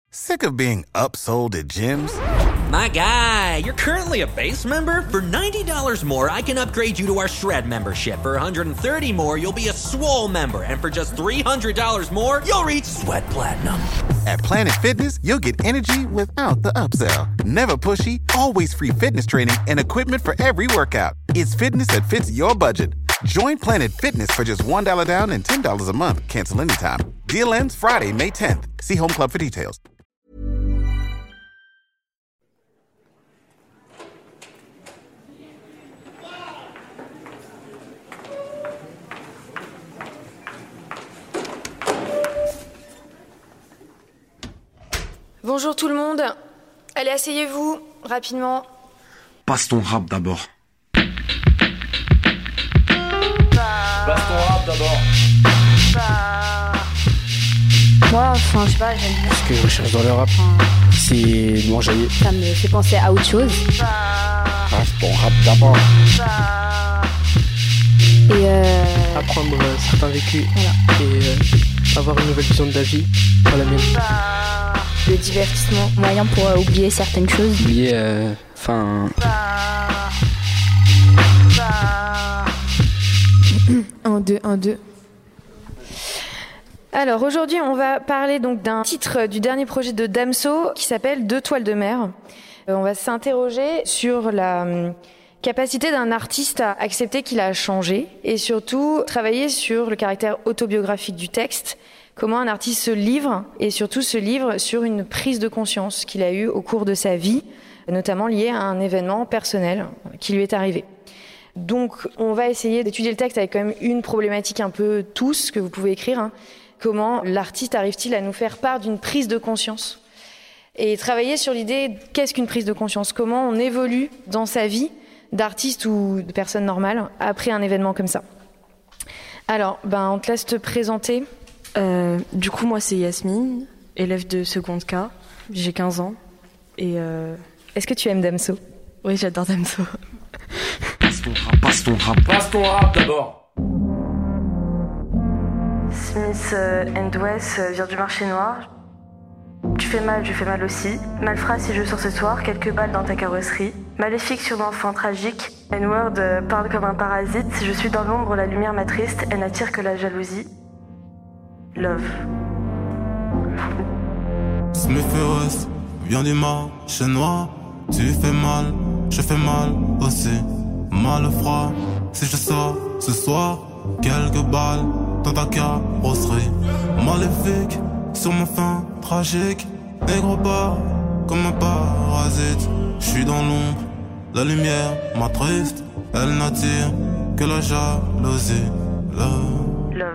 Sick of being upsold at gyms? My guy, you're currently a base member? For $90 more, I can upgrade you to our Shred membership. For $130 more, you'll be a Swole member. And for just $300 more, you'll reach Sweat Platinum. At Planet Fitness, you'll get energy without the upsell. Never pushy, always free fitness training and equipment for every workout. It's fitness that fits your budget. Join Planet Fitness for just $1 down and $10 a month. Cancel anytime. Deal ends Friday, May 10th. See Home Club for details. Bonjour tout le monde. Allez, asseyez-vous, rapidement. Passe ton rap d'abord. Passe ton rap d'abord. Moi, je sais pas, j'aime bien. Ce que je recherche dans le rap, c'est m'enjailler. Ça me fait penser à autre chose. Passe ton rap d'abord. Et apprendre certains vécus, voilà. Et avoir une nouvelle vision de la vie, pas la mienne. Le divertissement, moyen pour oublier certaines choses. Oublier, Un, deux. Alors aujourd'hui, on va parler donc d'un titre du dernier projet de Damso qui s'appelle Deux toiles de mer. On va s'interroger sur la capacité d'un artiste à accepter qu'il a changé et surtout travailler sur le caractère autobiographique du texte. Comment un artiste se livre et surtout se livre sur une prise de conscience qu'il a eue au cours de sa vie, notamment liée à un événement personnel qui lui est arrivé. Donc on va essayer d'étudier le texte avec quand même une problématique un peu tous que vous pouvez écrire. Comment l'artiste arrive-t-il à nous faire part d'une prise de conscience ? Et travailler sur l'idée qu'est-ce qu'une prise de conscience ? Comment on évolue dans sa vie d'artiste ou de personne normale après un événement comme ça ? Alors, on te laisse te présenter. Du coup, moi, c'est Yasmine, élève de seconde K. J'ai 15 ans. Et Est-ce que tu aimes Damso ? Oui, j'adore Damso. Passe ton rap d'abord. Smith West vient du marché noir. Tu fais mal, je fais mal aussi. Malfrat si je sors ce soir, quelques balles dans ta carrosserie. Maléfique sur l'enfant tragique. N-word parle comme un parasite. Je suis dans l'ombre, la lumière m'attriste. Elle n'attire que la jalousie. Love. Smith West vient du marché noir. Tu fais mal, je fais mal aussi. Mal froid, si je sors ce soir, quelques balles dans ta carrosserie. Maléfique sur mon fin tragique. Négro pas comme un parasite. Je suis dans l'ombre, la lumière m'attriste. Elle n'attire que la jalousie. Love.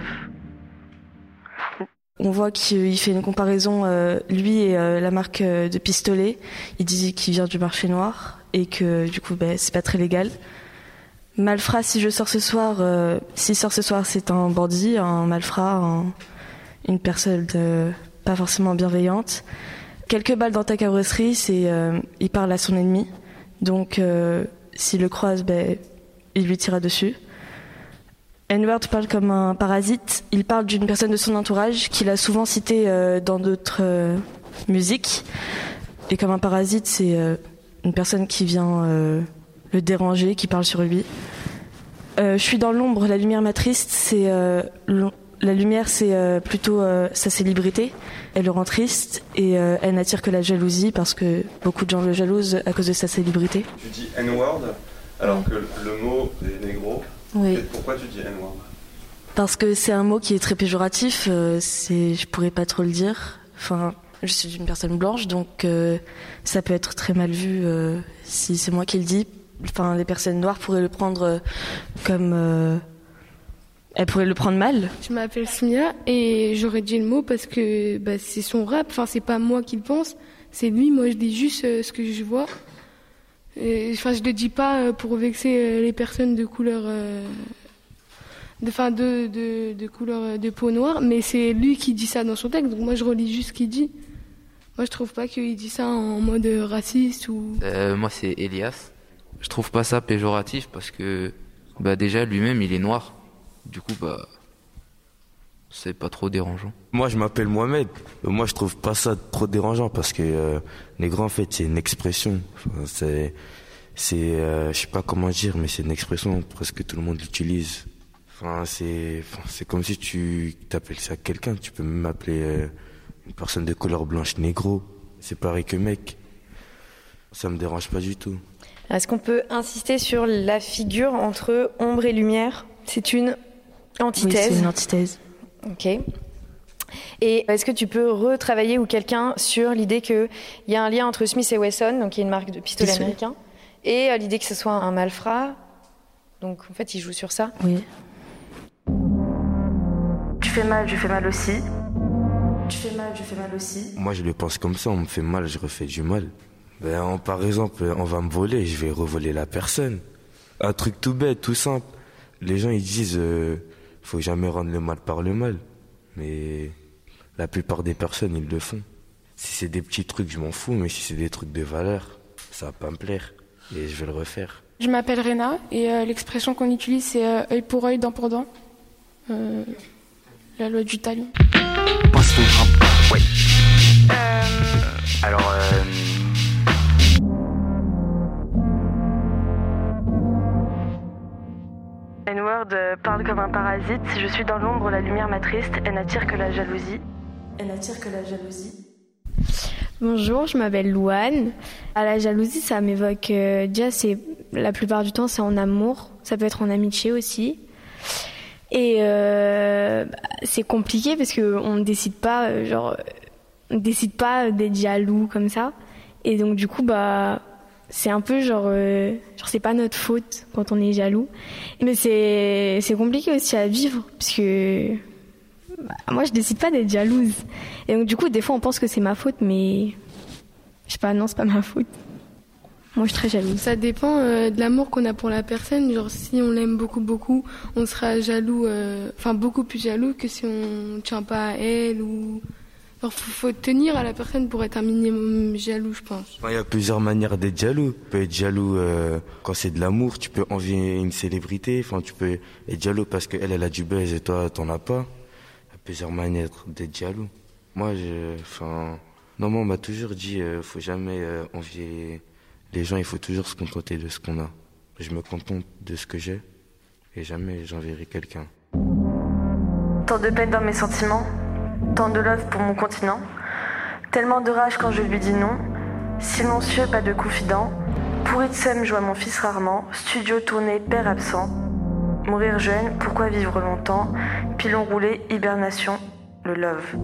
On voit qu'il fait une comparaison, lui et la marque de pistolet. Il dit qu'il vient du marché noir et que du coup c'est pas très légal. Malfrat si je sors ce soir, s'il sort ce soir c'est un bandit, un malfrat, une personne pas forcément bienveillante. Quelques balles dans ta carrosserie, c'est il parle à son ennemi. Donc s'il le croise, il lui tirera dessus. N-word parle comme un parasite. Il parle d'une personne de son entourage qu'il a souvent citée dans d'autres musiques. Et comme un parasite, c'est une personne qui vient le déranger, qui parle sur lui. Je suis dans l'ombre, la lumière m'attriste. C'est la lumière, c'est plutôt sa célébrité. Elle le rend triste et elle n'attire que la jalousie parce que beaucoup de gens le jalousent à cause de sa célébrité. Tu dis N-word alors que le mot est négro. Oui. Et pourquoi tu dis N-word ? Parce que c'est un mot qui est très péjoratif. Je pourrais pas trop le dire. Enfin, je suis une personne blanche, donc ça peut être très mal vu si c'est moi qui le dis. Enfin, les personnes noires pourraient le prendre comme... elles pourraient le prendre mal. Je m'appelle Smia et j'aurais dit le mot parce que c'est son rap. Enfin, c'est pas moi qui le pense, c'est lui. Moi, je dis juste ce que je vois. Je le dis pas pour vexer les personnes de couleur... de couleur de peau noire, mais c'est lui qui dit ça dans son texte, donc moi je relis juste ce qu'il dit. Moi je trouve pas qu'il dit ça en mode raciste ou... Moi c'est Elias. Je trouve pas ça péjoratif parce que déjà lui-même il est noir. Du coup c'est pas trop dérangeant. Moi, je m'appelle Mohamed. Moi, je trouve pas ça trop dérangeant parce que négro, en fait, c'est une expression. Enfin, je sais pas comment dire, mais c'est une expression, presque tout le monde l'utilise. Enfin, c'est comme si tu t'appelles ça quelqu'un. Tu peux même appeler une personne de couleur blanche négro. C'est pareil que mec. Ça me dérange pas du tout. Est-ce qu'on peut insister sur la figure entre ombre et lumière ? C'est une antithèse. Oui, c'est une antithèse. Ok. Et est-ce que tu peux retravailler ou quelqu'un sur l'idée qu'il y a un lien entre Smith et Wesson, donc qui est une marque de pistolet américain, et l'idée que ce soit un malfrat. Donc en fait, il joue sur ça. Oui. Tu fais mal, je fais mal aussi. Tu fais mal, je fais mal aussi. Moi, je le pense comme ça. On me fait mal, je refais du mal. Par exemple, on va me voler, je vais revoler la personne. Un truc tout bête, tout simple. Les gens, ils disent, faut jamais rendre le mal par le mal. Mais la plupart des personnes, ils le font. Si c'est des petits trucs, je m'en fous, mais si c'est des trucs de valeur, ça va pas me plaire. Et je vais le refaire. Je m'appelle Réna, et l'expression qu'on utilise, c'est œil pour œil, dent pour dent. La loi du talion. Passe ton rap. Ouais. Alors, N-word parle comme un parasite. Si je suis dans l'ombre, la lumière m'attriste. Elle n'attire que la jalousie. Elle n'attire que la jalousie. Bonjour, je m'appelle Louane. À la jalousie, ça m'évoque... déjà, la plupart du temps, c'est en amour. Ça peut être en amitié aussi. Et c'est compliqué parce qu'on ne décide pas, on décide pas d'être jaloux comme ça. Et donc, du coup, c'est un peu genre c'est pas notre faute quand on est jaloux. Mais c'est compliqué aussi à vivre parce que moi je décide pas d'être jalouse. Et donc du coup des fois on pense que c'est ma faute, mais je sais pas, non, c'est pas ma faute. Moi je suis très jalouse. Ça dépend de l'amour qu'on a pour la personne. Genre si on l'aime beaucoup, on sera jaloux, beaucoup plus jaloux que si on tient pas à elle ou... Alors, faut tenir à la personne pour être un minimum jaloux, je pense. Il y a plusieurs manières d'être jaloux. Tu peux être jaloux quand c'est de l'amour, tu peux envier une célébrité, tu peux être jaloux parce qu'elle a du buzz et toi, t'en as pas. Il y a plusieurs manières d'être jaloux. Moi, non, on m'a toujours dit, faut jamais envier les gens, il faut toujours se contenter de ce qu'on a. Je me contente de ce que j'ai et jamais j'enverrai quelqu'un. Tant de peine dans mes sentiments. Tant de love pour mon continent, tellement de rage quand je lui dis non, silencieux, pas de confident, pourri de seum, je vois mon fils rarement, studio tourné, père absent, mourir jeune, pourquoi vivre longtemps, pilon roulé, hibernation, le love.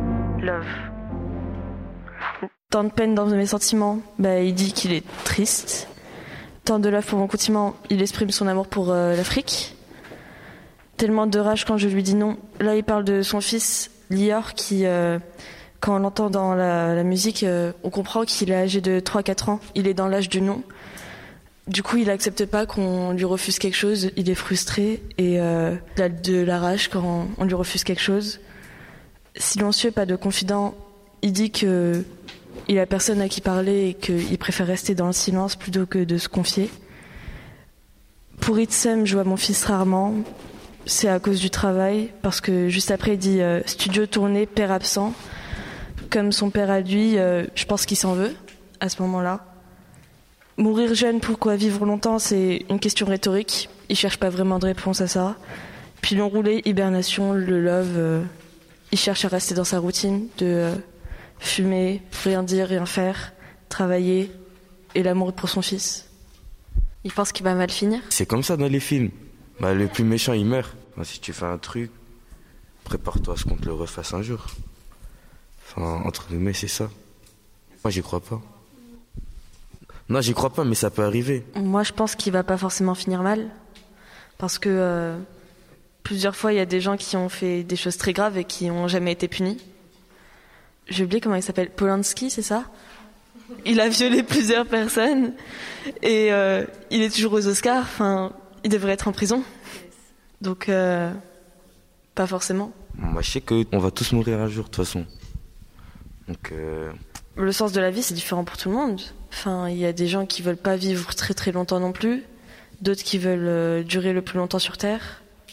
Tant de peine dans mes sentiments, il dit qu'il est triste, tant de love pour mon continent, il exprime son amour pour l'Afrique, tellement de rage quand je lui dis non, là il parle de son fils, Lior, qui, quand on l'entend dans la musique, on comprend qu'il est âgé de 3-4 ans. Il est dans l'âge du non. Du coup, il n'accepte pas qu'on lui refuse quelque chose. Il est frustré et il a de la rage quand on lui refuse quelque chose. Silencieux, pas de confident. Il dit qu'il a personne à qui parler et qu'il préfère rester dans le silence plutôt que de se confier. Pourri de seum, je vois mon fils rarement. C'est à cause du travail, parce que juste après il dit studio tourné, père absent. Comme son père à lui, je pense qu'il s'en veut à ce moment-là. Mourir jeune, pourquoi vivre longtemps, c'est une question rhétorique. Il cherche pas vraiment de réponse à ça. Pilon roulé, hibernation, le love. Il cherche à rester dans sa routine de fumer, rien dire, rien faire, travailler et l'amour pour son fils. Il pense qu'il va mal finir. C'est comme ça dans les films. Le plus méchant, il meurt. Si tu fais un truc, prépare-toi à ce qu'on te le refasse un jour. Entre guillemets, c'est ça. Moi, j'y crois pas. Non, j'y crois pas, mais ça peut arriver. Moi, je pense qu'il va pas forcément finir mal. Parce que plusieurs fois, il y a des gens qui ont fait des choses très graves et qui n'ont jamais été punis. J'ai oublié comment il s'appelle. Polanski, c'est ça ? Il a violé plusieurs personnes. Et il est toujours aux Oscars. Il devrait être en prison. Donc, pas forcément. Moi, je sais qu'on va tous mourir un jour, de toute façon. Donc, Le sens de la vie, c'est différent pour tout le monde. Il y a des gens qui veulent pas vivre très très longtemps non plus. D'autres qui veulent durer le plus longtemps sur Terre.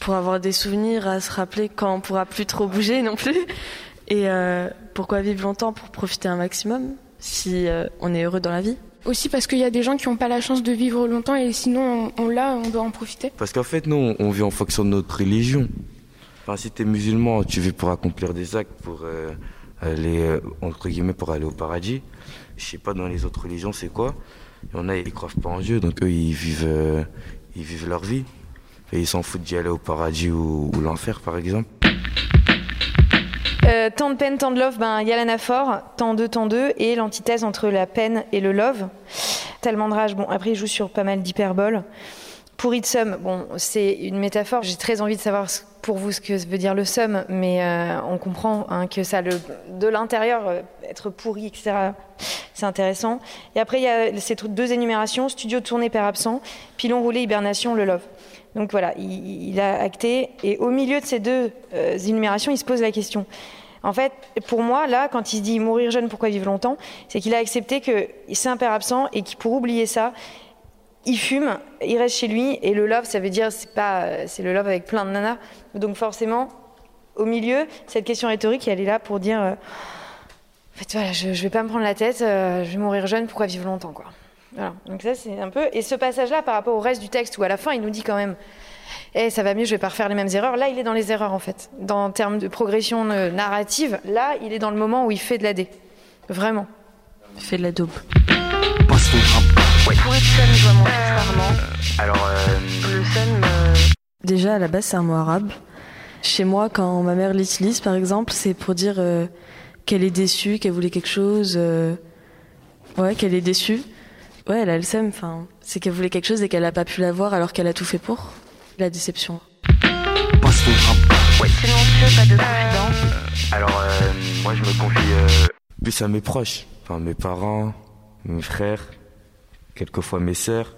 pour avoir des souvenirs à se rappeler quand on pourra plus trop bouger non plus. Et pourquoi vivre longtemps? Pour profiter un maximum, si on est heureux dans la vie. Aussi parce qu'il y a des gens qui n'ont pas la chance de vivre longtemps et sinon on doit en profiter. Parce qu'en fait, nous, on vit en fonction de notre religion. Enfin, si t'es musulman, tu vis pour accomplir des actes, pour aller, entre guillemets, pour aller au paradis. Je sais pas dans les autres religions c'est quoi. Il y en a, ils croient pas en Dieu, donc eux, ils vivent leur vie. Et ils s'en foutent d'y aller au paradis ou l'enfer, par exemple. Tant de peine, tant de love, il y a l'anaphore, tant deux, et l'antithèse entre la peine et le love. Tellement de rage, après il joue sur pas mal d'hyperboles. Pour It Sum, c'est une métaphore, j'ai très envie de savoir pour vous ce que veut dire le sum, mais on comprend que ça, de l'intérieur, être pourri, etc., c'est intéressant. Et après il y a ces deux énumérations, studio tourné, père absent, pilon roulé, hibernation, le love. Donc voilà, il a acté. Et au milieu de ces deux énumérations, il se pose la question. En fait, pour moi, là, quand il se dit mourir jeune, pourquoi vivre longtemps, c'est qu'il a accepté que c'est un père absent et que pour oublier ça, il fume, il reste chez lui. Et le love, ça veut dire, c'est le love avec plein de nanas. Donc forcément, au milieu, cette question rhétorique, elle est là pour dire, en fait, voilà, je vais pas me prendre la tête, je vais mourir jeune, pourquoi vivre longtemps, quoi. Voilà. Donc ça c'est un peu, et ce passage-là par rapport au reste du texte où à la fin il nous dit quand même ça va mieux, je vais pas refaire les mêmes erreurs, là il est dans les erreurs en fait, en termes de progression narrative, là il est dans le moment où il fait de la D, vraiment il fait de la daube. Passe ton rap. Ouais. Pour It Sum, je vois mon texte clairement. Le sum déjà à la base c'est un mot arabe. Chez moi quand ma mère l'utilise par exemple c'est pour dire qu'elle est déçue, qu'elle voulait quelque chose, qu'elle est déçue. Ouais, elle a le seum, c'est qu'elle voulait quelque chose et qu'elle a pas pu l'avoir alors qu'elle a tout fait pour. La déception. Passe ton rap. Ouais. Sinon, pas de confident. Moi je me confie plus à mes proches, mes parents, mes frères, quelquefois mes sœurs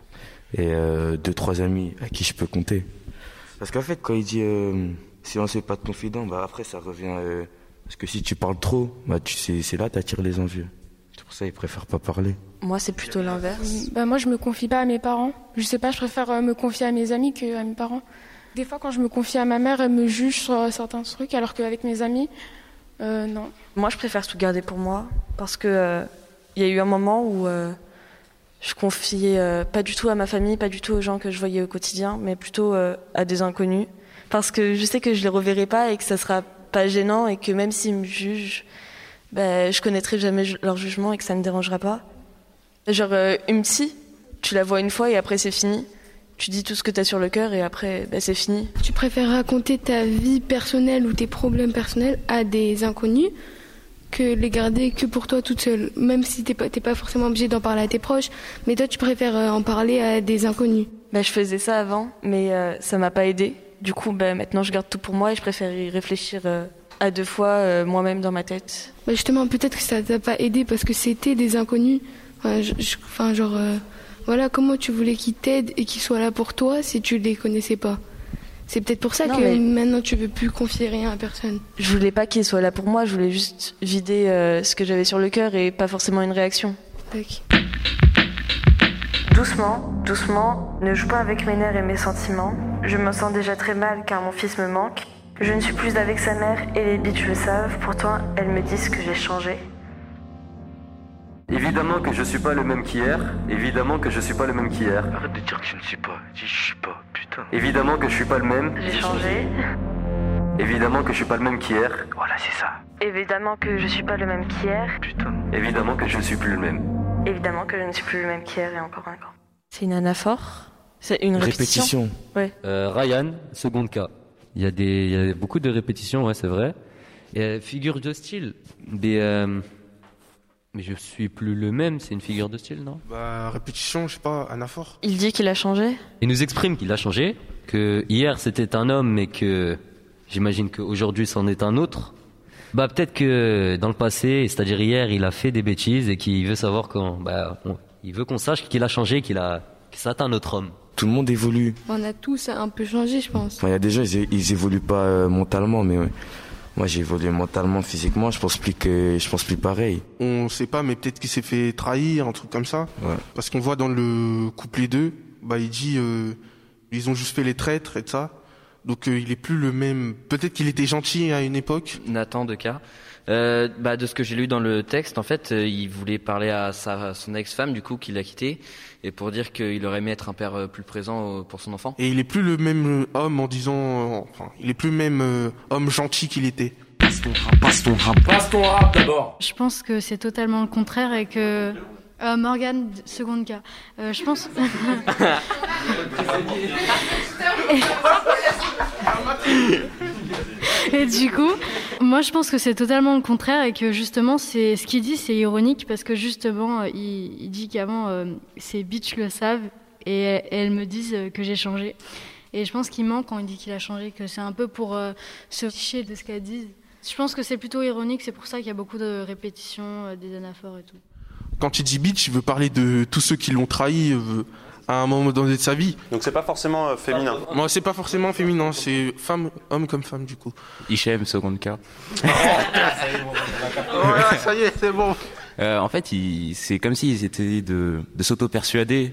et 2-3 amis à qui je peux compter. Parce qu'en fait, quand il dit si on ne fait pas de confident, après ça revient parce que si tu parles trop, c'est là t'attires les envieux. C'est pour ça ils préfèrent pas parler. Moi, c'est plutôt l'inverse. Moi, je me confie pas à mes parents. Je sais pas, je préfère me confier à mes amis qu'à mes parents. Des fois, quand je me confie à ma mère, elle me juge sur certains trucs, alors qu'avec mes amis, non. Moi, je préfère tout garder pour moi, parce que y a eu un moment où je confiais pas du tout à ma famille, pas du tout aux gens que je voyais au quotidien, mais plutôt à des inconnus. Parce que je sais que je les reverrai pas et que ça sera pas gênant et que même s'ils me jugent, je connaîtrai jamais leur jugement et que ça me dérangera pas. Genre une psy, tu la vois une fois et après c'est fini. Tu dis tout ce que t'as sur le cœur et après c'est fini. Tu préfères raconter ta vie personnelle ou tes problèmes personnels à des inconnus que les garder que pour toi toute seule. Même si t'es pas forcément obligé d'en parler à tes proches, mais toi tu préfères en parler à des inconnus. Je faisais ça avant, mais ça m'a pas aidé. Du coup maintenant je garde tout pour moi et je préfère y réfléchir à 2 fois moi-même dans ma tête. Justement peut-être que ça t'a pas aidé parce que c'était des inconnus. Voilà, comment tu voulais qu'ils t'aident et qu'ils soient là pour toi si tu les connaissais pas? C'est peut-être pour ça maintenant tu veux plus confier rien à personne. Je voulais pas qu'ils soient là pour moi, je voulais juste vider ce que j'avais sur le cœur et pas forcément une réaction. Tac. Doucement, ne joue pas avec mes nerfs et mes sentiments. Je me sens déjà très mal car mon fils me manque. Je ne suis plus avec sa mère et les bitches le savent, pourtant elles me disent que j'ai changé. Évidemment que je suis pas le même qu'hier. Évidemment que je suis pas le même qu'hier. Arrête de dire que je ne suis pas. Dis je suis pas, putain. Évidemment que je suis pas le même. J'ai changé. Évidemment que je suis pas le même qu'hier. Voilà, c'est ça. Évidemment que je suis pas le même qu'hier. Putain. Évidemment que je ne suis plus le même. Évidemment que je ne suis plus le même qu'hier et encore. C'est une anaphore. C'est une répétition. Ouais. Ryan, seconde cas. Il y a beaucoup de répétitions, ouais, c'est vrai. Et figure de style. Mais je suis plus le même, c'est une figure de style, non? Répétition, je sais pas, anaphore. Il dit qu'il a changé. Il nous exprime qu'il a changé, que hier c'était un homme, mais que j'imagine qu'aujourd'hui c'en est un autre. Peut-être que dans le passé, c'est-à-dire hier, il a fait des bêtises et qu'il veut savoir il veut qu'on sache qu'il a changé, que c'est un autre homme. Tout le monde évolue. On a tous un peu changé, je pense. Il y a des gens, ils évoluent pas mentalement, mais moi j'ai évolué mentalement, physiquement, je pense plus pareil. On sait pas, mais peut-être qu'il s'est fait trahir, un truc comme ça. Ouais. Parce qu'on voit dans le couplet 2, il dit ils ont juste fait les traîtres et tout ça. Donc il est plus le même. Peut-être qu'il était gentil à une époque. Nathan Deca. De ce que j'ai lu dans le texte, en fait, il voulait parler à son ex-femme, du coup, qu'il a quitté, et pour dire qu'il aurait aimé être un père plus présent pour son enfant. Et il est plus le même homme en disant, il est plus le même homme gentil qu'il était. Passe ton rap d'abord. Je pense que c'est totalement le contraire et que Morgane, seconde cas. Je pense. Et du coup, moi je pense que c'est totalement le contraire et que justement c'est ce qu'il dit, c'est ironique parce que justement il dit qu'avant ces bitches le savent et elles me disent que j'ai changé. Et je pense qu'il ment quand il dit qu'il a changé, que c'est un peu pour se ficher de ce qu'elles disent. Je pense que c'est plutôt ironique, c'est pour ça qu'il y a beaucoup de répétitions, des anaphores et tout. Quand il dit bitch, il veut parler de tous ceux qui l'ont trahi à un moment donné de sa vie. Donc c'est pas forcément féminin. Moi, c'est pas forcément féminin, c'est femme, homme comme femme du coup. Hichem, seconde cas. Voilà, ça y est, c'est bon. En fait, c'est comme s'ils étaient de s'auto-persuader,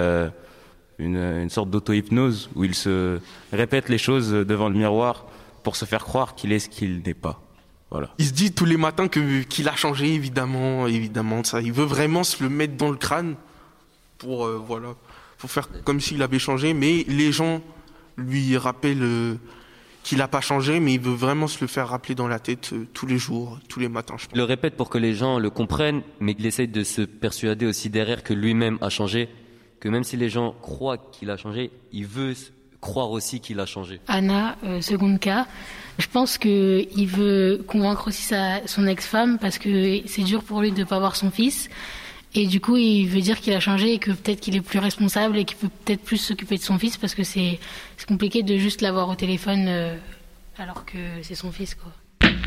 une sorte d'auto-hypnose où ils se répètent les choses devant le miroir pour se faire croire qu'il est ce qu'il n'est pas. Voilà. Il se dit tous les matins qu'il a changé, évidemment, ça. Il veut vraiment se le mettre dans le crâne pour faire comme s'il avait changé, mais les gens lui rappellent qu'il n'a pas changé, mais il veut vraiment se le faire rappeler dans la tête tous les jours, tous les matins, je pense. Il le répète pour que les gens le comprennent, mais il essaye de se persuader aussi derrière que lui-même a changé, que même si les gens croient qu'il a changé, il veut croire aussi qu'il a changé. Anna, seconde cas. Je pense qu'il veut convaincre aussi son ex-femme parce que c'est dur pour lui de ne pas voir son fils. Et du coup, il veut dire qu'il a changé et que peut-être qu'il est plus responsable et qu'il peut peut-être plus s'occuper de son fils parce que c'est compliqué de juste l'avoir au téléphone alors que c'est son fils, quoi.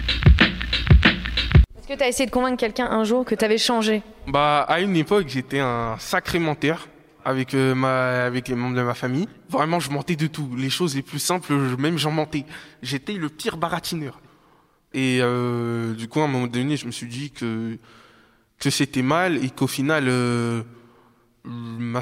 Est-ce que tu as essayé de convaincre quelqu'un un jour que tu avais changé ? À une époque, j'étais un sacré menteur avec les membres de ma famille. Vraiment, je mentais de tout. Les choses les plus simples, même j'en mentais. J'étais le pire baratineur. Et du coup, à un moment donné, je me suis dit que c'était mal et qu'au final, ma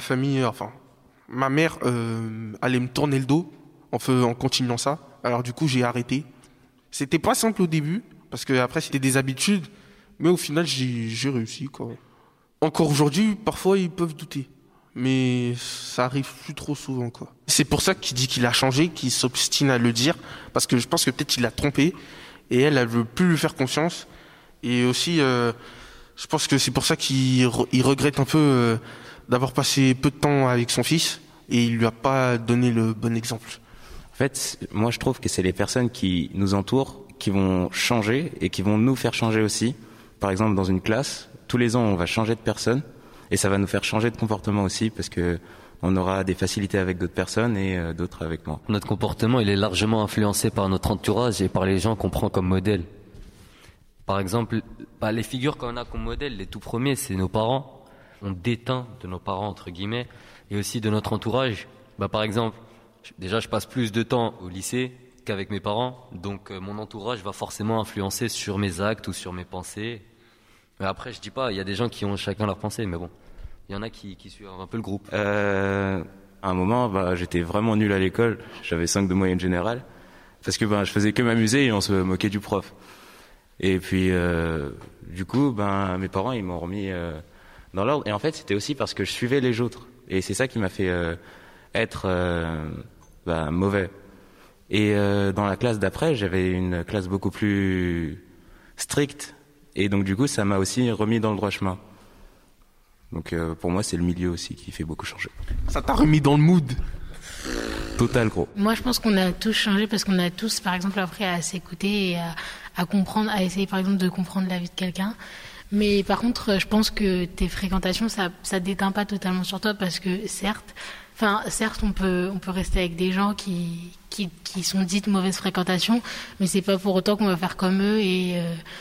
mère allait me tourner le dos en continuant ça. Alors du coup, j'ai arrêté. C'était pas simple au début, parce que après c'était des habitudes, mais au final, j'ai réussi, quoi. Encore aujourd'hui, parfois, ils peuvent douter. Mais ça arrive plus trop souvent, quoi. C'est pour ça qu'il dit qu'il a changé, qu'il s'obstine à le dire, parce que je pense que peut-être il l'a trompé, et elle veut plus lui faire confiance. Et aussi, je pense que c'est pour ça qu'il regrette un peu d'avoir passé peu de temps avec son fils, et il lui a pas donné le bon exemple. En fait, moi je trouve que c'est les personnes qui nous entourent qui vont changer et qui vont nous faire changer aussi. Par exemple, dans une classe, tous les ans on va changer de personne, et ça va nous faire changer de comportement aussi, parce que on aura des facilités avec d'autres personnes et d'autres avec moi. Notre comportement, il est largement influencé par notre entourage et par les gens qu'on prend comme modèle. Par exemple, les figures qu'on a comme modèle, les tout premiers, c'est nos parents. On déteint de nos parents, entre guillemets, et aussi de notre entourage. Par exemple, déjà, je passe plus de temps au lycée qu'avec mes parents, donc mon entourage va forcément influencer sur mes actes ou sur mes pensées. Mais après, je dis pas, il y a des gens qui ont chacun leurs pensées, mais bon, il y en a qui suivent un peu le groupe. À un moment, j'étais vraiment nul à l'école, j'avais 5 de moyenne générale, parce que je faisais que m'amuser et on se moquait du prof. Et puis, du coup, mes parents, ils m'ont remis dans l'ordre. Et en fait, c'était aussi parce que je suivais les autres. Et c'est ça qui m'a fait être mauvais. Et dans la classe d'après, j'avais une classe beaucoup plus stricte. Et donc, du coup, ça m'a aussi remis dans le droit chemin. Donc, pour moi, c'est le milieu aussi qui fait beaucoup changer. Ça t'a remis dans le mood. Total, gros. Moi, je pense qu'on a tous changé parce qu'on a tous, par exemple, appris à s'écouter et à comprendre, à essayer, par exemple, de comprendre la vie de quelqu'un. Mais par contre, je pense que tes fréquentations, ça déteint pas totalement sur toi parce que certes, on peut rester avec des gens qui sont dites mauvaises fréquentations, mais c'est pas pour autant qu'on va faire comme eux et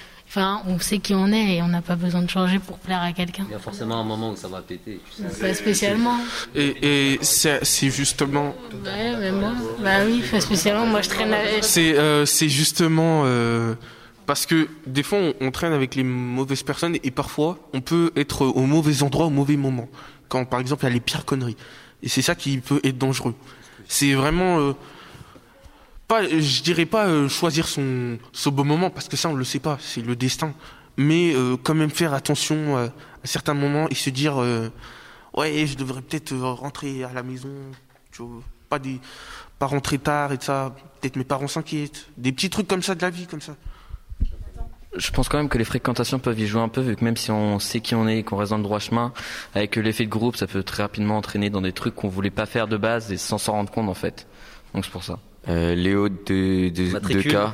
on sait qui on est et on n'a pas besoin de changer pour plaire à quelqu'un. Il y a forcément un moment où ça va péter. Pas spécialement. Et c'est justement... Ouais, mais moi... oui, spécialement, moi je traîne avec... C'est justement... parce que des fois, on traîne avec les mauvaises personnes et parfois, on peut être au mauvais endroit au mauvais moment. Quand, par exemple, il y a les pires conneries. Et c'est ça qui peut être dangereux. C'est vraiment... je dirais pas choisir son beau moment, parce que ça, on le sait pas, c'est le destin. Mais quand même faire attention à certains moments et se dire ouais, je devrais peut-être rentrer à la maison, tu vois, pas rentrer tard et ça, peut-être mes parents s'inquiètent, des petits trucs comme ça de la vie, comme ça. Je pense quand même que les fréquentations peuvent y jouer un peu, vu que même si on sait qui on est et qu'on reste dans le droit chemin, avec l'effet de groupe, ça peut très rapidement entraîner dans des trucs qu'on voulait pas faire de base et sans s'en rendre compte en fait. Donc c'est pour ça. Léo de cas.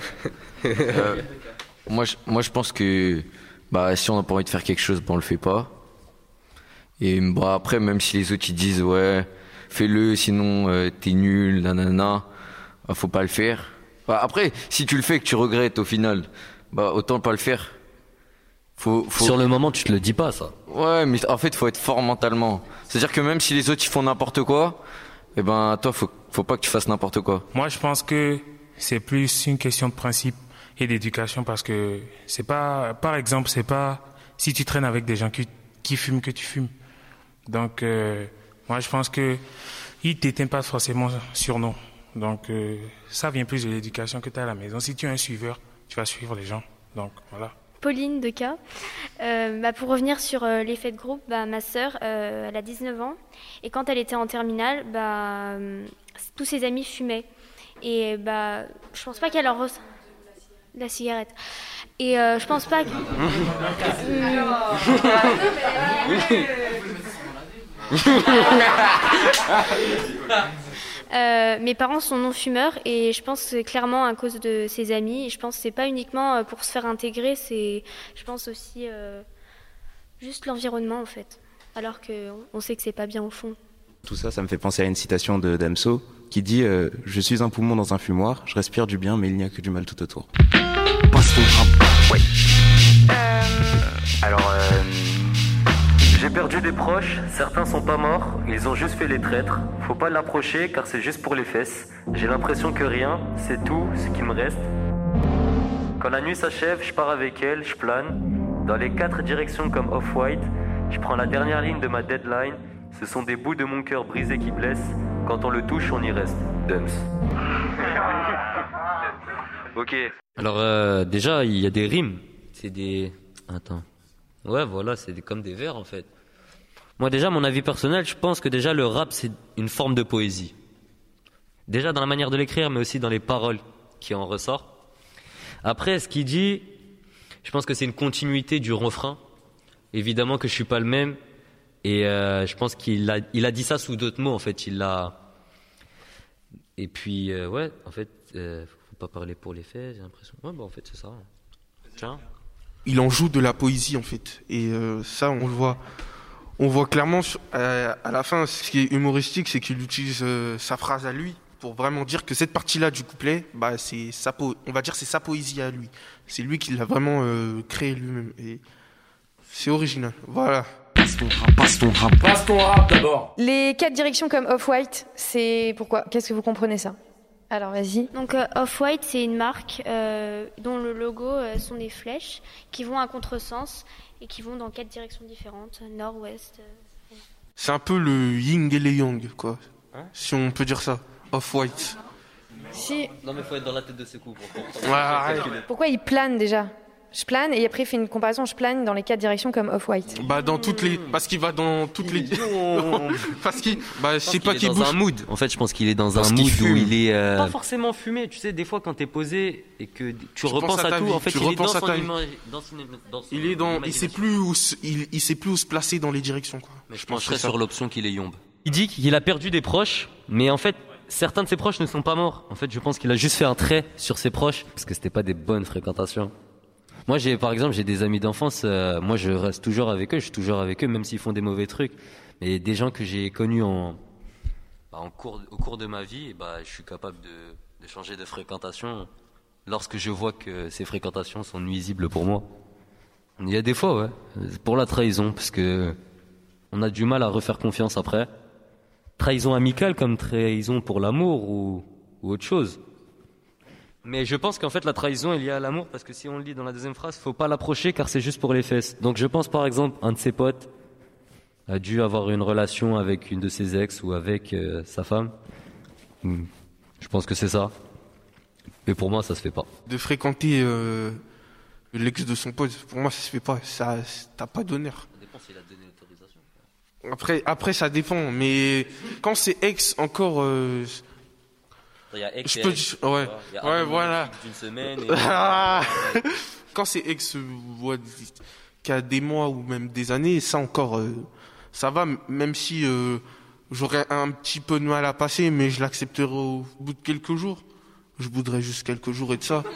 Moi je pense que si on n'a pas envie de faire quelque chose, on le fait pas. Et après, même si les autres ils disent ouais, fais-le, sinon t'es nul, nanana, faut pas le faire. Après, si tu le fais et que tu regrettes au final, autant pas le faire. Faut... Sur le moment, tu te le dis pas, ça. Ouais, mais en fait, faut être fort mentalement. C'est-à-dire que même si les autres ils font n'importe quoi, toi, faut pas que tu fasses n'importe quoi. Moi, je pense que c'est plus une question de principe et d'éducation, parce que c'est pas, par exemple, c'est pas si tu traînes avec des gens qui fument que tu fumes. Donc, moi, je pense que ils t'éteignent pas forcément sur nous. Donc, ça vient plus de l'éducation que tu as à la maison. Si tu es un suiveur, tu vas suivre les gens. Donc, voilà. Pauline de K. Pour revenir sur l'effet de groupe, ma sœur, elle a 19 ans. Et quand elle était en terminale, tous ses amis fumaient. Et je pense pas qu'elle en ressent la cigarette. Et je pense pas que... Mes parents sont non-fumeurs et je pense que c'est clairement à cause de ses amis. Et je pense que c'est pas uniquement pour se faire intégrer, c'est, je pense aussi juste l'environnement en fait. Alors qu'on sait que c'est pas bien au fond. Tout ça, ça me fait penser à une citation de Damso qui dit « Je suis un poumon dans un fumoir, je respire du bien mais il n'y a que du mal tout autour. » Passe ton rap. Ouais. J'ai perdu des proches, certains sont pas morts, ils ont juste fait les traîtres. Faut pas l'approcher car c'est juste pour les fesses. J'ai l'impression que rien, c'est tout ce qui me reste. Quand la nuit s'achève, je pars avec elle, je plane. Dans les 4 directions comme Off-White, je prends la dernière ligne de ma deadline. Ce sont des bouts de mon cœur brisé qui blessent. Quand on le touche, on y reste. Dums. Ok. Alors déjà, il y a des rimes. C'est des... Attends. Ouais, voilà, c'est comme des vers en fait. Moi déjà, mon avis personnel, je pense que déjà le rap, c'est une forme de poésie. Déjà dans la manière de l'écrire, mais aussi dans les paroles qui en ressortent. Après, ce qu'il dit, je pense que c'est une continuité du refrain. Évidemment que je suis pas le même. Et je pense qu'il a dit ça sous d'autres mots en fait. Et puis ouais, en fait, faut pas parler pour les faits, j'ai l'impression. Ouais, en fait c'est ça. Tiens. Il en joue de la poésie en fait, et ça on le voit. On voit clairement à la fin, ce qui est humoristique, c'est qu'il utilise sa phrase à lui pour vraiment dire que cette partie-là du couplet, c'est on va dire c'est sa poésie à lui. C'est lui qui l'a vraiment créé lui-même, et c'est original. Voilà. Passe ton rap d'abord. Les 4 directions comme Off-White, c'est pourquoi? Qu'est-ce que vous comprenez ça? Alors vas-y. Donc Off-White, c'est une marque dont le logo sont des flèches qui vont à contresens et qui vont dans 4 directions différentes, nord, ouest. C'est un peu le yin et le yang, quoi. Si on peut dire ça. Off-White. Si. Non mais faut être dans la tête de ce coup. Pourquoi il plane déjà? Je plane et après il fait une comparaison, je plane dans les 4 directions comme Off-White. Dans toutes les... Parce qu'il va dans toutes les... Parce qu'il... je sais pas qu'il est dans un mood. En fait, je pense qu'il est dans un mood où il est... Pas forcément fumé. Tu sais, des fois quand t'es posé et que tu repenses à tout, en fait, il est dans son image. Il est dans... Il sait plus où se placer dans les directions, quoi. Mais je pencherais sur l'option qu'il est yombe. Il dit qu'il a perdu des proches, mais en fait, certains de ses proches ne sont pas morts. En fait, je pense qu'il a juste fait un trait sur ses proches parce que c'était pas des bonnes fréquentations. Moi, par exemple, j'ai des amis d'enfance, moi je reste toujours avec eux, je suis toujours avec eux, même s'ils font des mauvais trucs. Mais des gens que j'ai connus au cours de ma vie, je suis capable de changer de fréquentation lorsque je vois que ces fréquentations sont nuisibles pour moi. Il y a des fois, ouais, pour la trahison, parce que on a du mal à refaire confiance après. Trahison amicale comme trahison pour l'amour ou autre chose. Mais je pense qu'en fait la trahison est liée à l'amour, parce que si on le lit dans la deuxième phrase, faut pas l'approcher car c'est juste pour les fesses. Donc je pense par exemple un de ses potes a dû avoir une relation avec une de ses ex ou avec sa femme. Je pense que c'est ça. Mais pour moi, ça se fait pas. De fréquenter l'ex de son pote, pour moi, ça se fait pas. Ça, t'as pas d'honneur. Ça dépend s'il a donné l'autorisation. Après, ça dépend. Mais quand c'est ex, encore. Il y a ex, je peux dire, ouais, voilà. D'une semaine. Quand c'est ex, qui a des mois ou même des années, ça encore, ça va. Même si j'aurais un petit peu de mal à passer, mais je l'accepterai au bout de quelques jours. Je bouderai juste quelques jours et de ça.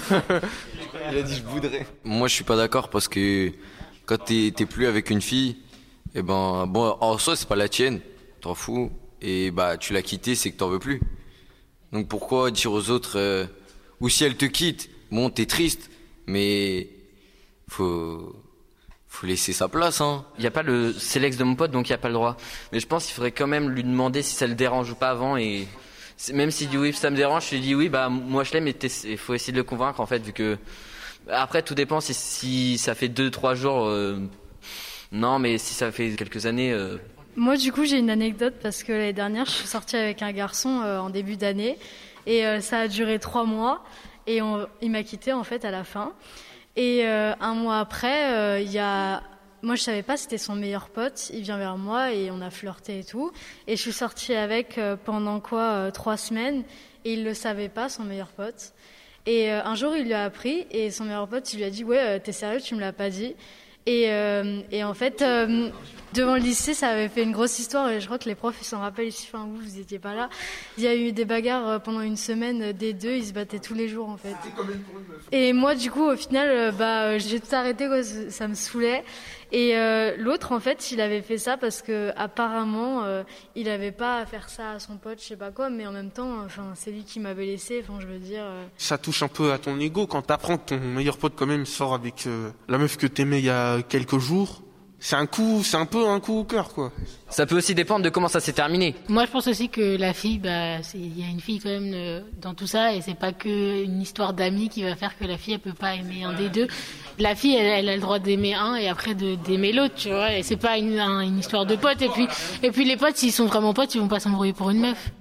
Il a dit je bouderai. Moi, je suis pas d'accord parce que quand t'es plus avec une fille, et bon, en soi, c'est pas la tienne, t'en fous. Et tu l'as quittée, c'est que t'en veux plus. Donc pourquoi dire aux autres, ou si elle te quitte, bon, t'es triste, mais faut laisser sa place, hein. Il y a pas c'est l'ex de mon pote, donc il y a pas le droit. Mais je pense qu'il faudrait quand même lui demander si ça le dérange ou pas avant, et même s'il dit oui, ça me dérange, je lui dis oui, moi je l'aime, mais il faut essayer de le convaincre, en fait, vu que après tout dépend si ça fait 2-3 jours, non, mais si ça fait quelques années. Moi, du coup, j'ai une anecdote parce que l'année dernière, je suis sortie avec un garçon en début d'année et ça a duré 3 mois et il m'a quittée en fait à la fin. Et un mois après, moi, je savais pas, c'était son meilleur pote. Il vient vers moi et on a flirté et tout. Et je suis sortie avec pendant 3 semaines et il le savait pas, son meilleur pote. Et un jour, il lui a appris et son meilleur pote, il lui a dit ouais, t'es sérieux, tu me l'as pas dit. Et en fait, devant le lycée, ça avait fait une grosse histoire et je crois que les profs ils s'en rappellent ici. Enfin, vous étiez pas là. Il y a eu des bagarres pendant une semaine des deux. Ils se battaient tous les jours en fait. Et moi, du coup, au final, j'ai tout arrêté quoi. Ça me saoulait. Et l'autre, en fait, il avait fait ça parce que apparemment, il avait pas à faire ça à son pote, je sais pas quoi. Mais en même temps, c'est lui qui m'avait laissé. Enfin, je veux dire. Ça touche un peu à ton ego quand t'apprends que ton meilleur pote quand même sort avec la meuf que t'aimais il y a quelques jours. C'est un peu un coup au cœur, quoi. Ça peut aussi dépendre de comment ça s'est terminé. Moi, je pense aussi que la fille, il y a une fille quand même dans tout ça, et c'est pas que une histoire d'amis qui va faire que la fille elle peut pas aimer un des deux. La fille, elle a le droit d'aimer un et après d'aimer l'autre, tu vois. Et c'est pas une histoire de potes. Et puis les potes, s'ils sont vraiment potes, ils vont pas s'embrouiller pour une meuf.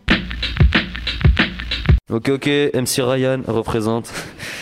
Ok, MC Ryan représente.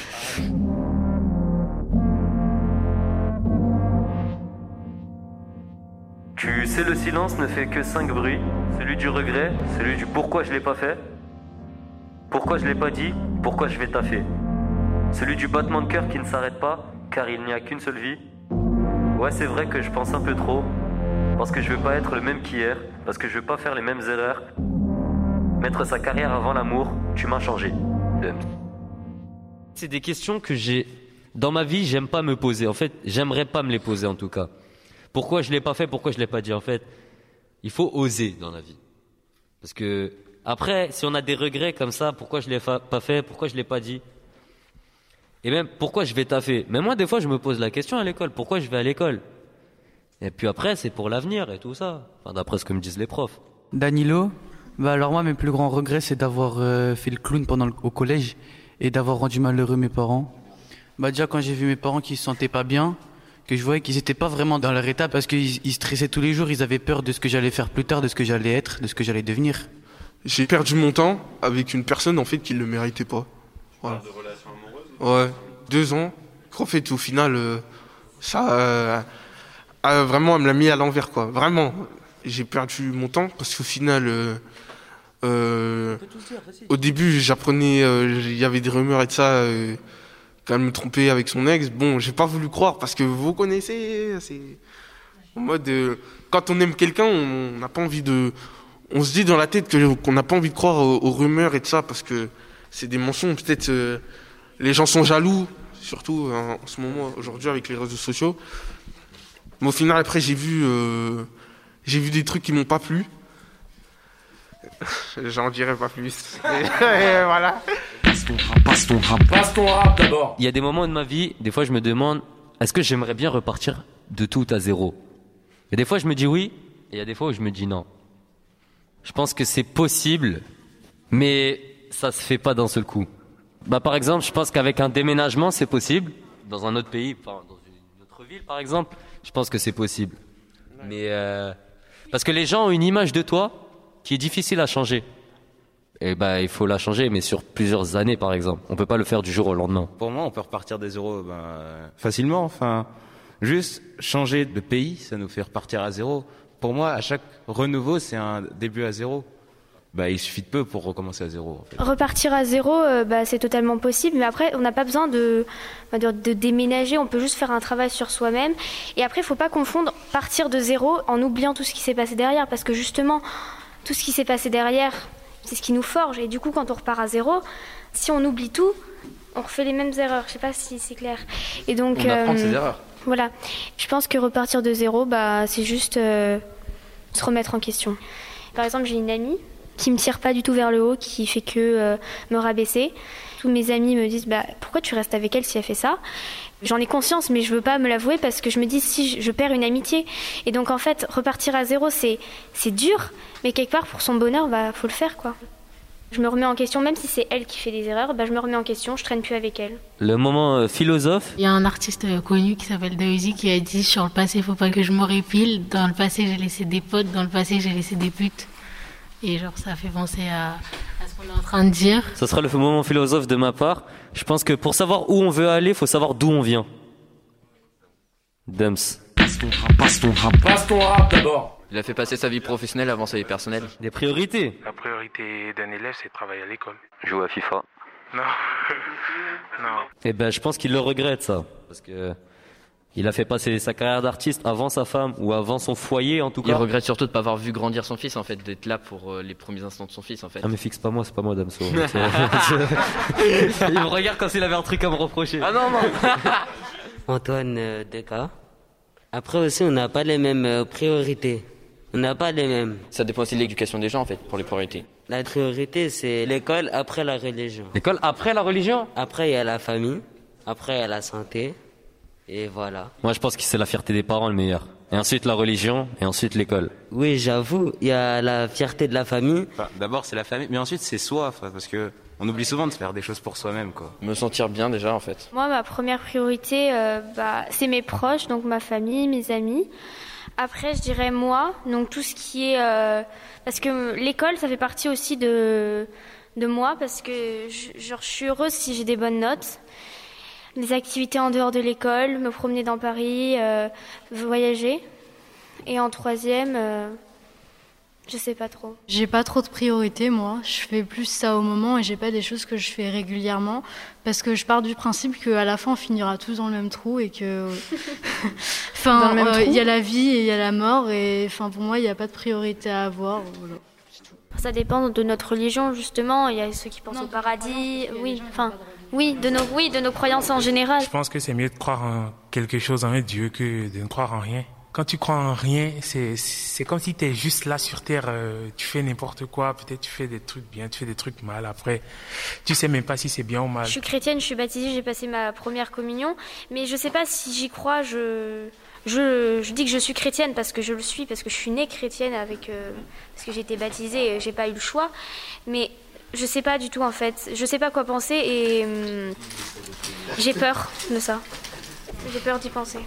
Tu sais, le silence ne fait que 5 bruits. Celui du regret, celui du pourquoi je l'ai pas fait, pourquoi je l'ai pas dit, pourquoi je vais taffer. Celui du battement de cœur qui ne s'arrête pas, car il n'y a qu'une seule vie. Ouais, c'est vrai que je pense un peu trop, parce que je veux pas être le même qu'hier, parce que je veux pas faire les mêmes erreurs. Mettre sa carrière avant l'amour, tu m'as changé. C'est des questions que dans ma vie, j'aime pas me poser. En fait, j'aimerais pas me les poser en tout cas. Pourquoi je l'ai pas fait, pourquoi je l'ai pas dit. En fait, il faut oser dans la vie. Parce que après, si on a des regrets comme ça, pourquoi je l'ai pas fait, pourquoi je l'ai pas dit. Et même, pourquoi je vais taffer. Mais moi, des fois, je me pose la question à l'école. Pourquoi je vais à l'école? Et puis après, c'est pour l'avenir et tout ça. Enfin, d'après ce que me disent les profs. Danilo, alors moi, mes plus grands regrets, c'est d'avoir fait le clown au collège et d'avoir rendu malheureux mes parents. Déjà, quand j'ai vu mes parents qui se sentaient pas bien, que je voyais qu'ils étaient pas vraiment dans leur état parce qu'ils stressaient tous les jours, ils avaient peur de ce que j'allais faire plus tard, de ce que j'allais être, de ce que j'allais devenir. J'ai perdu mon temps avec une personne en fait qui ne le méritait pas. Voilà. De relation amoureuse? Ouais, 2 ans. En fait, au final, ça vraiment, elle me l'a mis à l'envers, quoi. Vraiment, j'ai perdu mon temps parce qu'au final, au début, j'apprenais, il y avait des rumeurs et de ça. Qu'elle me trompait avec son ex, bon, j'ai pas voulu croire parce que vous connaissez, c'est en mode quand on aime quelqu'un, on n'a pas envie on se dit dans la tête qu'on n'a pas envie de croire aux rumeurs et de ça parce que c'est des mensonges. Peut-être les gens sont jaloux, surtout en ce moment aujourd'hui avec les réseaux sociaux. Mais au final, après, j'ai vu des trucs qui m'ont pas plu. J'en dirai pas plus. Et voilà. Passe ton rap d'abord. Il y a des moments de ma vie, des fois je me demande, est-ce que j'aimerais bien repartir de tout à zéro? Et des fois je me dis oui, et il y a des fois où je me dis non. Je pense que c'est possible, mais ça se fait pas d'un seul coup. Par exemple, je pense qu'avec un déménagement, c'est possible. Dans un autre pays, dans une autre ville par exemple, je pense que c'est possible. Mais parce que les gens ont une image de toi qui est difficile à changer. Et il faut la changer, mais sur plusieurs années, par exemple. On peut pas le faire du jour au lendemain. Pour moi, on peut repartir des zéros facilement. Enfin, juste changer de pays, ça nous fait repartir à zéro. Pour moi, à chaque renouveau, c'est un début à zéro. Il suffit de peu pour recommencer à zéro. En fait. Repartir à zéro, c'est totalement possible, mais après, on n'a pas besoin de déménager, on peut juste faire un travail sur soi-même. Et après, il ne faut pas confondre partir de zéro en oubliant tout ce qui s'est passé derrière, parce que justement, tout ce qui s'est passé derrière, c'est ce qui nous forge. Et du coup, quand on repart à zéro, si on oublie tout, on refait les mêmes erreurs. Je ne sais pas si c'est clair. Et donc, on apprend de ses erreurs. Voilà. Je pense que repartir de zéro, c'est juste se remettre en question. Par exemple, j'ai une amie qui me tire pas du tout vers le haut, qui fait que me rabaisser. Tous mes amis me disent pourquoi tu restes avec elle si elle fait ça ? J'en ai conscience, mais je veux pas me l'avouer parce que je me dis si je perds une amitié. Et donc en fait, repartir à zéro, c'est dur, mais quelque part pour son bonheur, faut le faire quoi. Je me remets en question, même si c'est elle qui fait des erreurs, je me remets en question, je traîne plus avec elle. Le moment philosophe. Il y a un artiste connu qui s'appelle Daisy qui a dit sur le passé, faut pas que je me répile. Dans le passé, j'ai laissé des potes, dans le passé, j'ai laissé des putes. Et ça fait penser à ce qu'on est en train de dire. Ce sera le moment philosophe de ma part. Je pense que pour savoir où on veut aller, il faut savoir d'où on vient. Dums. Passe ton rap d'abord. Il a fait passer sa vie professionnelle avant sa vie personnelle. Des priorités. La priorité d'un élève, c'est de travailler à l'école. Jouer à FIFA. Non. Je pense qu'il le regrette ça. Parce que il a fait passer sa carrière d'artiste avant sa femme ou avant son foyer en tout cas. Il regrette surtout de ne pas avoir vu grandir son fils en fait, d'être là pour les premiers instants de son fils en fait. Ah mais fixe pas moi, c'est pas moi Damso. Il me regarde comme s'il avait un truc à me reprocher. Ah non. Antoine Deka. Après aussi on n'a pas les mêmes priorités. On n'a pas les mêmes. Ça dépend aussi de l'éducation des gens en fait pour les priorités. La priorité c'est l'école après la religion. L'école après la religion ? Après il y a la famille, après il y a la santé. Et voilà. Moi, je pense que c'est la fierté des parents le meilleur. Et ensuite la religion, et ensuite l'école. Oui, j'avoue, il y a la fierté de la famille. D'abord, c'est la famille, mais ensuite, c'est soi, parce que on oublie souvent de faire des choses pour soi-même, quoi. Me sentir bien déjà, en fait. Moi, ma première priorité, c'est mes proches, donc ma famille, mes amis. Après, je dirais moi, donc tout ce qui est... parce que l'école, ça fait partie aussi de moi, parce que je suis heureuse si j'ai des bonnes notes. Les activités en dehors de l'école, me promener dans Paris, voyager. Et en troisième, je sais pas trop. J'ai pas trop de priorités, moi. Je fais plus ça au moment et j'ai pas des choses que je fais régulièrement parce que je pars du principe qu'à la fin, on finira tous dans le même trou et que... il y a la vie et il y a la mort et pour moi, il n'y a pas de priorité à avoir. Voilà. Ça dépend de notre religion, justement. Il y a ceux qui pensent au paradis. Oui, de nos croyances en général. Je pense que c'est mieux de croire en quelque chose, en un Dieu, que de ne croire en rien. Quand tu crois en rien, c'est comme si tu es juste là sur Terre, tu fais n'importe quoi, peut-être tu fais des trucs bien, tu fais des trucs mal, après tu sais même pas si c'est bien ou mal. Je suis chrétienne, je suis baptisée, j'ai passé ma première communion, mais je sais pas si j'y crois, je dis que je suis chrétienne parce que je le suis, parce que je suis née chrétienne parce que j'ai été baptisée et j'ai pas eu le choix, mais je sais pas du tout en fait, je sais pas quoi penser et j'ai peur de ça, j'ai peur d'y penser.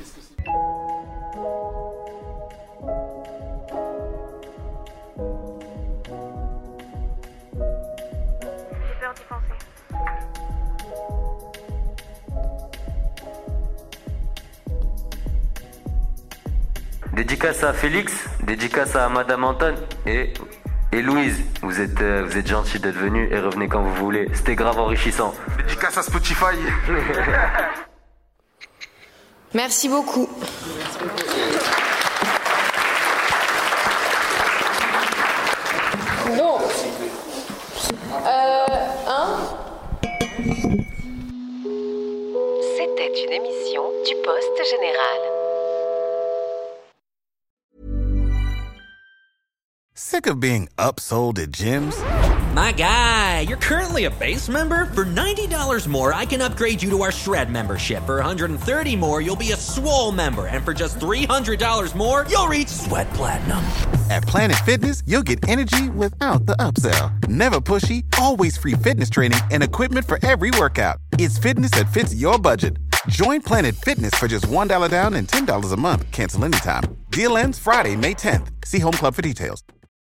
Dédicace à Félix, dédicace à Madame Anton et Louise. Vous êtes gentils d'être venus et revenez quand vous voulez. C'était grave enrichissant. Dédicace à Spotify. Merci beaucoup. Donc, C'était une émission du Poste Général. Sick of being upsold at gyms? My guy, you're currently a base member. For $90 more, I can upgrade you to our Shred membership. For $130 more, you'll be a Swole member. And for just $300 more, you'll reach Sweat Platinum. At Planet Fitness, you'll get energy without the upsell. Never pushy, always free fitness training and equipment for every workout. It's fitness that fits your budget. Join Planet Fitness for just $1 down and $10 a month. Cancel anytime. Deal ends Friday, May 10th. See Home Club for details.